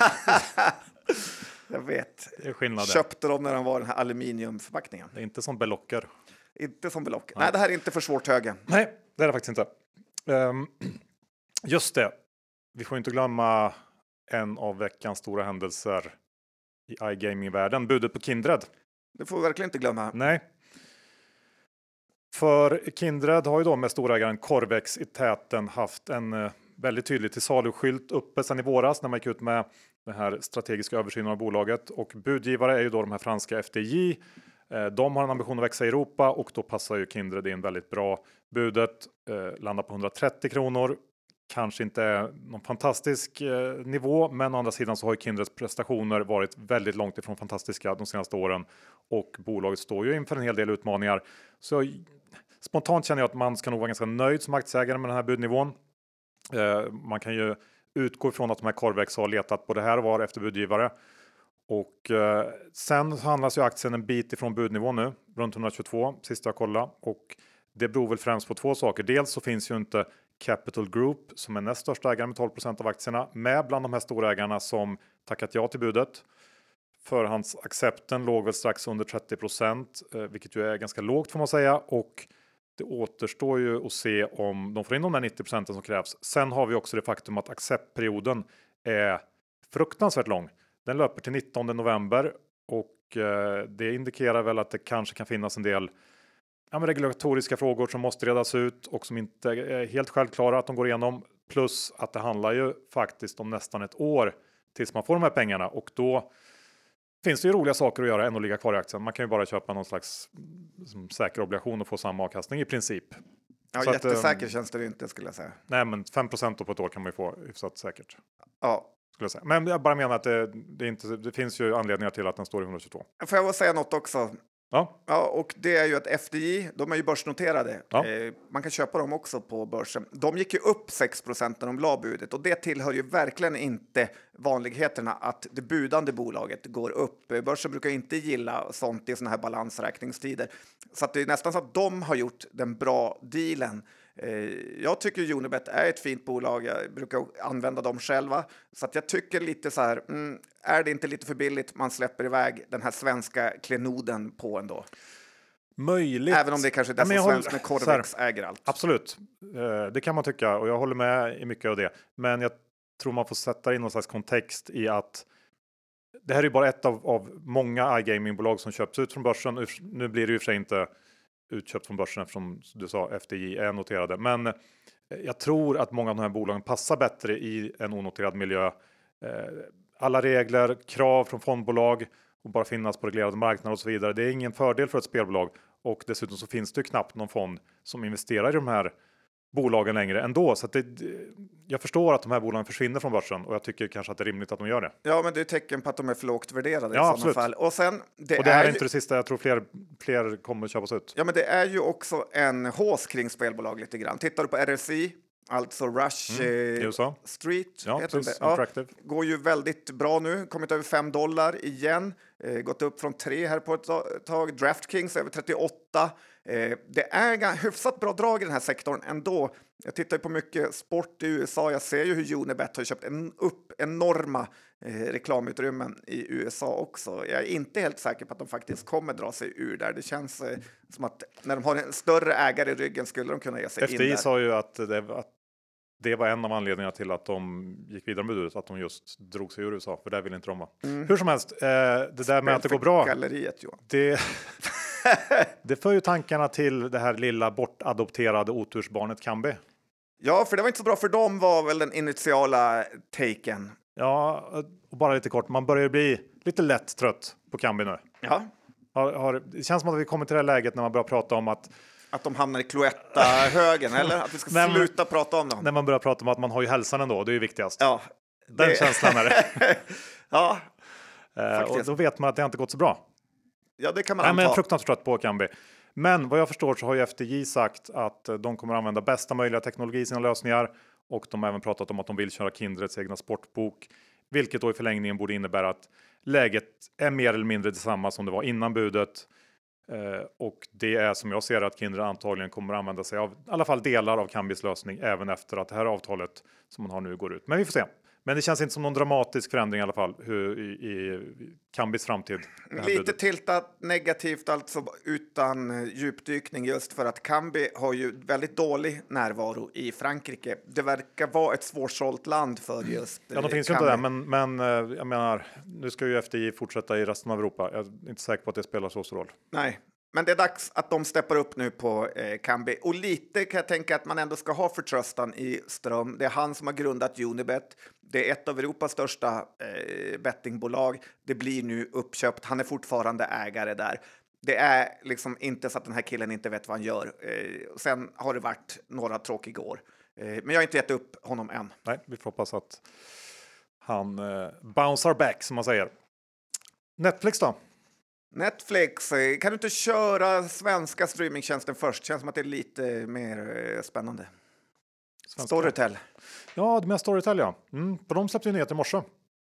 Jag vet. Det är skillnaden. Köpte de när de var den här aluminiumförpackningen. Det är inte som Belocker. Inte som Belocker. Nej, det här är inte för svårt högen. Nej, det är det faktiskt inte. Just det. Vi får inte glömma en av veckans stora händelser i iGaming-världen. Budet på Kindred. Det får vi verkligen inte glömma. Nej. För Kindred har ju då med storägaren Corvex i täten haft en väldigt tydlig till saluskylt uppe sedan i våras när man gick ut med den här strategiska översynen av bolaget. Och budgivare är ju då de här franska FDJ. De har en ambition att växa i Europa och då passar ju Kindred in väldigt bra. Budet landar på 130 kronor. Kanske inte är någon fantastisk nivå, men å andra sidan så har ju Kindreds prestationer varit väldigt långt ifrån fantastiska de senaste åren. Och bolaget står ju inför en hel del utmaningar. Så spontant känner jag att man ska nog vara ganska nöjd som aktieägare med den här budnivån. Man kan ju utgå ifrån att de här Corvex har letat både här och var efter budgivare. Och sen handlas ju aktien en bit ifrån budnivån nu, runt 122 sist jag kollade. Och det beror väl främst på två saker. Dels så finns ju inte Capital Group som är näst största ägare med 12% av aktierna med bland de här storägarna som tackat ja till budet. Förhandsaccepten låg väl strax under 30%, vilket ju är ganska lågt får man säga. Och det återstår ju att se om de får in de där 90% som krävs. Sen har vi också det faktum att acceptperioden är fruktansvärt lång. Den löper till 19 november och det indikerar väl att det kanske kan finnas en del regulatoriska frågor som måste redas ut och som inte är helt självklara att de går igenom. Plus att det handlar ju faktiskt om nästan ett år tills man får de här pengarna och då finns det ju roliga saker att göra än att ligga kvar i aktien. Man kan ju bara köpa någon slags säker obligation och få samma avkastning i princip. Ja, så jättesäker känns det inte skulle jag säga. Nej, men 5% på ett år kan man ju få hyfsat säkert. Ja. Skulle jag säga. Men jag bara menar att det finns ju anledningar till att den står i 122. Får jag säga något också? Ja, och det är ju att FDJ, de är ju börsnoterade. Ja. Man kan köpa dem också på börsen. De gick ju upp 6% när de la budet och det tillhör ju verkligen inte vanligheterna att det budande bolaget går upp. Börsen brukar inte gilla sånt i såna här balansräkningstider. Så att det är nästan så att de har gjort den bra dealen. Jag tycker Unibet är ett fint bolag. Jag brukar använda dem själva. Så att jag tycker lite så här, är det inte lite för billigt man släpper iväg den här svenska klenoden på ändå? Möjligt. Även om det kanske är det som svenskt med Corvex äger allt. Absolut, det kan man tycka och jag håller med i mycket av det. Men jag tror man får sätta in någon slags kontext i att det här är bara ett av många iGaming-bolag som köps ut från börsen. Nu blir det ju för sig inte utköpt från börsen eftersom du sa FDJ är noterade. Men jag tror att många av de här bolagen passar bättre i en onoterad miljö. Alla regler, krav från fondbolag och bara finnas på reglerade marknader och så vidare. Det är ingen fördel för ett spelbolag. Och dessutom så finns det ju knappt någon fond som investerar i de här bolagen längre ändå. Så att jag förstår att de här bolagen försvinner från börsen och jag tycker kanske att det är rimligt att de gör det. Ja, men det är ett tecken på att de är för lågt värderade ja, i sådana fall. Och sen, det här är inte det sista, jag tror fler kommer att köpas ut. Ja, men det är ju också en hås kring spelbolag lite grann. Tittar du på RSI, alltså Rush Street, ja, heter det. Går ju väldigt bra nu, kommit över $5 igen, gått upp från 3 här på ett tag. DraftKings över 38. Det är hyfsat bra drag i den här sektorn ändå. Jag tittar på mycket sport i USA. Jag ser ju hur Unibet har köpt upp enorma reklamutrymmen i USA också. Jag är inte helt säker på att de faktiskt kommer dra sig ur där. Det känns som att när de har en större ägare i ryggen skulle de kunna ge sig in där. FDI sa ju att det var en av anledningarna till att de gick vidare med budet, att de just drog sig ur USA, för där vill inte de vara. Hur som helst, det där med att det går bra, det för ju tankarna till det här lilla bortadopterade otursbarnet Kambi. Ja, för det var inte så bra för dem var väl den initiala taken. Ja, och bara lite kort, man börjar bli lite lätt trött på Kambi nu. Ja. Det känns som att vi kommer till det här läget när man börjar prata om att de hamnar i Cloetta-högen, eller? Att vi ska sluta prata om dem. När man börjar prata om att man har ju hälsan ändå, det är ju viktigast. Ja. Den känslan är det. Ja, och då vet man att det inte gått så bra. Ja, det kan man anta. Men fruktansvärt trött på Kambi. Men vad jag förstår så har ju FDJ sagt att de kommer använda bästa möjliga teknologi i sina lösningar. Och de har även pratat om att de vill köra Kindreds egna sportbok. Vilket då i förlängningen borde innebära att läget är mer eller mindre detsamma som det var innan budet. Och det är som jag ser att Kindred antagligen kommer att använda sig av i alla fall delar av Kambis lösning även efter att det här avtalet som man har nu går ut. Men vi får se. Men det känns inte som någon dramatisk förändring i alla fall i Kambis framtid. Lite tiltat negativt alltså utan djupdykning just för att Kambi har ju väldigt dålig närvaro i Frankrike. Det verkar vara ett svårsålt land för just Ja, de finns ju inte där, men jag menar, nu ska ju FDJ fortsätta i resten av Europa. Jag är inte säker på att det spelar så stor roll. Nej. Men det är dags att de steppar upp nu på Kambi. Och lite kan jag tänka att man ändå ska ha förtröstan i Ström. Det är han som har grundat Unibet. Det är ett av Europas största bettingbolag. Det blir nu uppköpt. Han är fortfarande ägare där. Det är liksom inte så att den här killen inte vet vad han gör. Sen har det varit några tråkiga år. Men jag har inte gett upp honom än. Nej, vi får hoppas att han bouncear back som man säger. Netflix då? Netflix, kan du inte köra svenska streamingtjänsten först? Känns som att det är lite mer spännande. Svenska. Storytel. Ja, det med Storytel, ja. På de släppte ju nyheter i morse.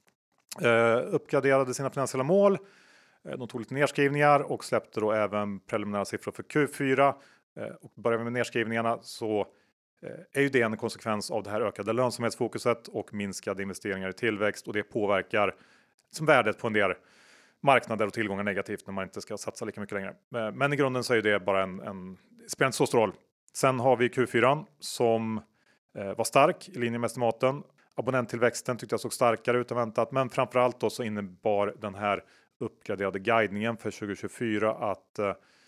Uppgraderade sina finansiella mål. De tog lite nedskrivningar och släppte då även preliminära siffror för Q4. Och börjar vi med nedskrivningarna så är ju det en konsekvens av det här ökade lönsamhetsfokuset och minskade investeringar i tillväxt. Och det påverkar som värdet på en del marknader och tillgångar negativt när man inte ska satsa lika mycket längre. Men i grunden så är det bara det spelar inte så stor roll. Sen har vi Q4 som var stark i linje med estimaten. Abonnenttillväxten tyckte jag såg starkare ut än väntat. Men framförallt då så innebar den här uppgraderade guidningen för 2024 att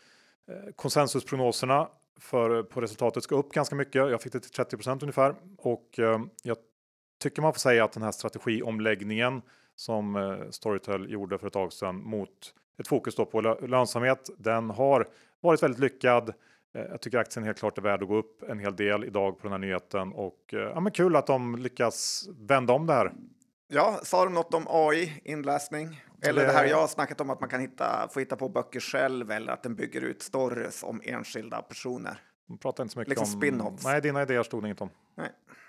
konsensusprognoserna på resultatet ska upp ganska mycket. Jag fick det till 30% ungefär. Och jag tycker man får säga att den här strategiomläggningen som Storytel gjorde för ett tag sedan mot ett fokus då på lönsamhet, den har varit väldigt lyckad. Jag tycker aktien helt klart är värd att gå upp en hel del idag på den här nyheten och ja, men kul att de lyckas vända om det här. Ja, sa de något om AI, inläsning? Eller det här jag har snackat om att man kan få hitta på böcker själv eller att den bygger ut stories om enskilda personer. De pratar inte så mycket liksom om spin-offs. Nej, dina idéer stod det inget om. Nej.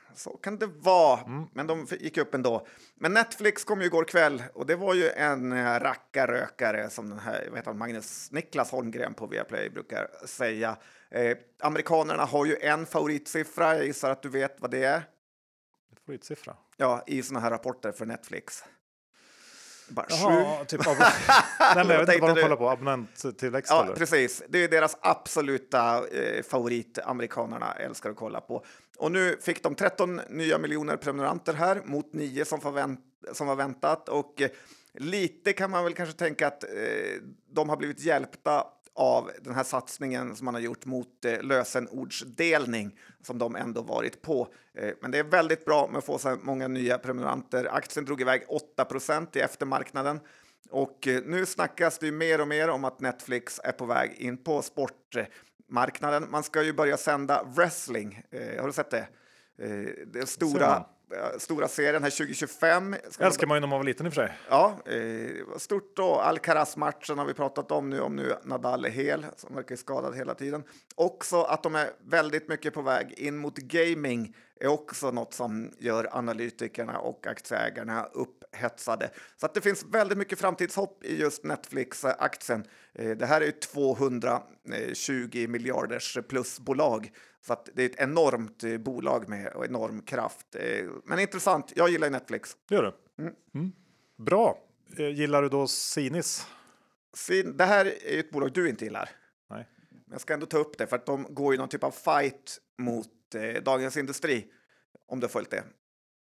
Så kan det vara, men de gick upp ändå. Men Netflix kom ju igår kväll och det var ju en rackarrökare som den här Magnus Niklas Holmgren på Viaplay brukar säga. Amerikanerna har ju en favoritsiffra, jag gissar att du vet vad det är. Favoritsiffra? Ja, i såna här rapporter för Netflix. Bara Jaha, typ Nej, men jag vet inte vad de kollar på, abonnenttillväxt ja, eller? Precis. Det är deras absoluta favorit, amerikanerna älskar att kolla på. Och nu fick de 13 nya miljoner prenumeranter här mot 9 som var väntat. Och lite kan man väl kanske tänka att de har blivit hjälpta av den här satsningen som man har gjort mot lösenordsdelning som de ändå varit på. Men det är väldigt bra med att få så många nya prenumeranter. Aktien drog iväg 8% i eftermarknaden. Och nu snackas det ju mer och mer om att Netflix är på väg in på sportmarknaden. Man ska ju börja sända wrestling. Har du sett det? Det stora serien här 2025. Älskar man ju när man var liten i och för sig. Ja, stort då. Alcaraz-matchen har vi pratat om nu Nadal är hel, som verkar skadad hela tiden. Också att de är väldigt mycket på väg in mot gaming är också något som gör analytikerna och aktieägarna upphetsade. Så att det finns väldigt mycket framtidshopp i just Netflix-aktien. Det här är ju 220 miljarders plusbolag. Så att det är ett enormt bolag med och enorm kraft. Men intressant, jag gillar Netflix. Det gör du? Bra. Gillar du då Sinis? Det här är ett bolag du inte gillar. Nej. Men jag ska ändå ta upp det för att de går i någon typ av fight mot Dagens Industri. Om du har följt det.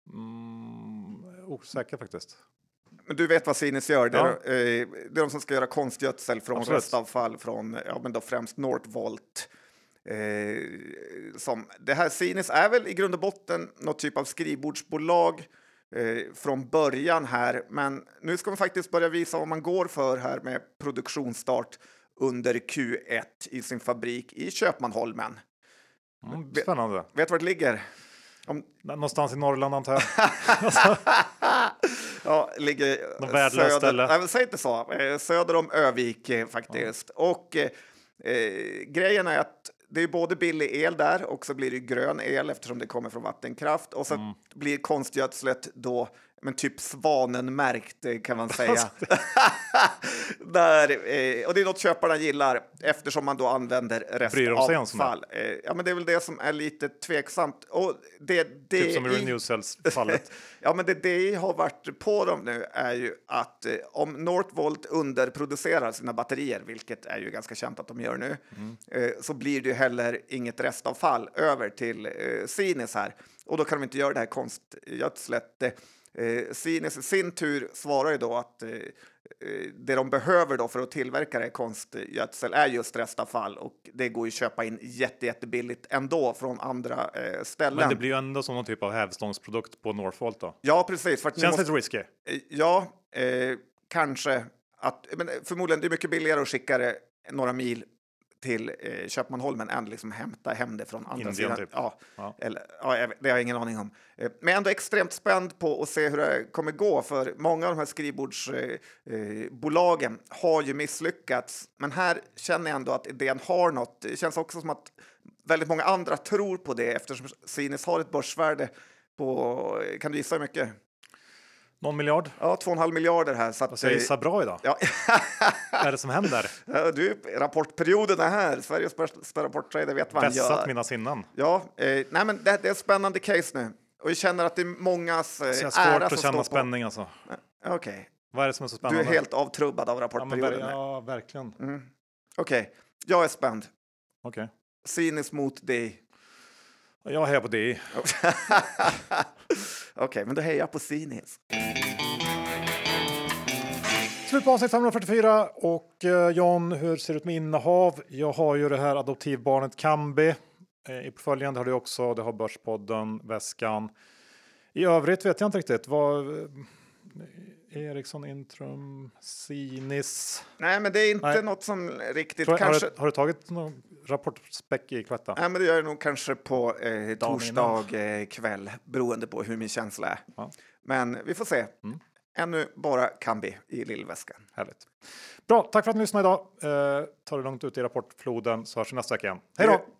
Osäker faktiskt. Men du vet vad Sinis gör. Ja. Det är de som ska göra konstgödsel från restavfall från men då främst Northvolt. Det här Sinis är väl i grund och botten något typ av skrivbordsbolag från början här, men nu ska man faktiskt börja visa vad man går för här med produktionsstart under Q1 i sin fabrik i Köpmanholmen. Spännande. Vet var det ligger? Någonstans i Norrland antar jag. Ja, ligger söder. Nej, säg inte så. Söder om Övik faktiskt. Ja. Och grejen är att det är både billig el där och så blir det grön el eftersom det kommer från vattenkraft. Och så blir konstgödslet då typ svanenmärkt kan man säga. Och det är något köparna gillar eftersom man då använder restavfall. Ja, men det är väl det som är lite tveksamt. Och typ som i Renewcells-fallet. Ja, men det har varit på dem nu är ju att om Northvolt underproducerar sina batterier, vilket är ju ganska känt att de gör nu, så blir det ju heller inget restavfall över till Sinis här. Och då kan de inte göra det här konstgödslet. Sinis i sin tur svarar ju då att det de behöver då för att tillverka det konstgödsel är just restavfall och det går ju att köpa in jättebilligt ändå från andra ställen. Men det blir ju ändå som någon typ av hävstångsprodukt på Northvolt då. Ja, precis. För att känns lite risky. Ja, kanske. Men förmodligen det är mycket billigare att skicka det några mil till Köpmanholmen än liksom hämta hem det från andra sidan. Typ. Ja. Eller, det har jag ingen aning om. Men ändå extremt spänd på att se hur det kommer gå, för många av de här skrivbordsbolagen har ju misslyckats. Men här känner jag ändå att idén har något. Det känns också som att väldigt många andra tror på det eftersom Sinis har ett börsvärde på, kan du gissa hur mycket? Någon miljard? Ja, 2,5 miljarder här. Så att, jag gissar bra idag. Ja. Vad är det som händer? Rapportperioden är här. Sveriges bästa rapporttrader vet vad han gör. Vässat mina sinnen. Ja, nej, men det är ett spännande case nu. Och jag känner att det är mångas ära som står på. Det är svårt att känna spänning alltså. Okej. Vad är det som är så spännande? Du är helt avtrubbad av rapportperioden. Ja, verkligen. Okej, jag är spänd. Okej. Sinis mot dig. Jag hejar på dig. Okej, men då hejar jag på Sinis. Slut på avsnitt 544 och John, hur ser det ut med innehav? Jag har ju det här adoptivbarnet Kambi i portföljen. Det har du också, det har Börspodden, Väskan. I övrigt vet jag inte riktigt. Ericsson, Intrum, Sinis. Nej, men det är inte något som riktigt kanske... Har du tagit någon rapportspäck i Kvätta? Nej, men det gör jag nog kanske på torsdag kväll, beroende på hur min känsla är. Ja. Men vi får se. Ännu bara Kambi i lillväskan. Härligt. Bra, tack för att ni lyssnade idag. Ta det långt ut i rapportfloden så hörs vi nästa vecka igen. Hej då!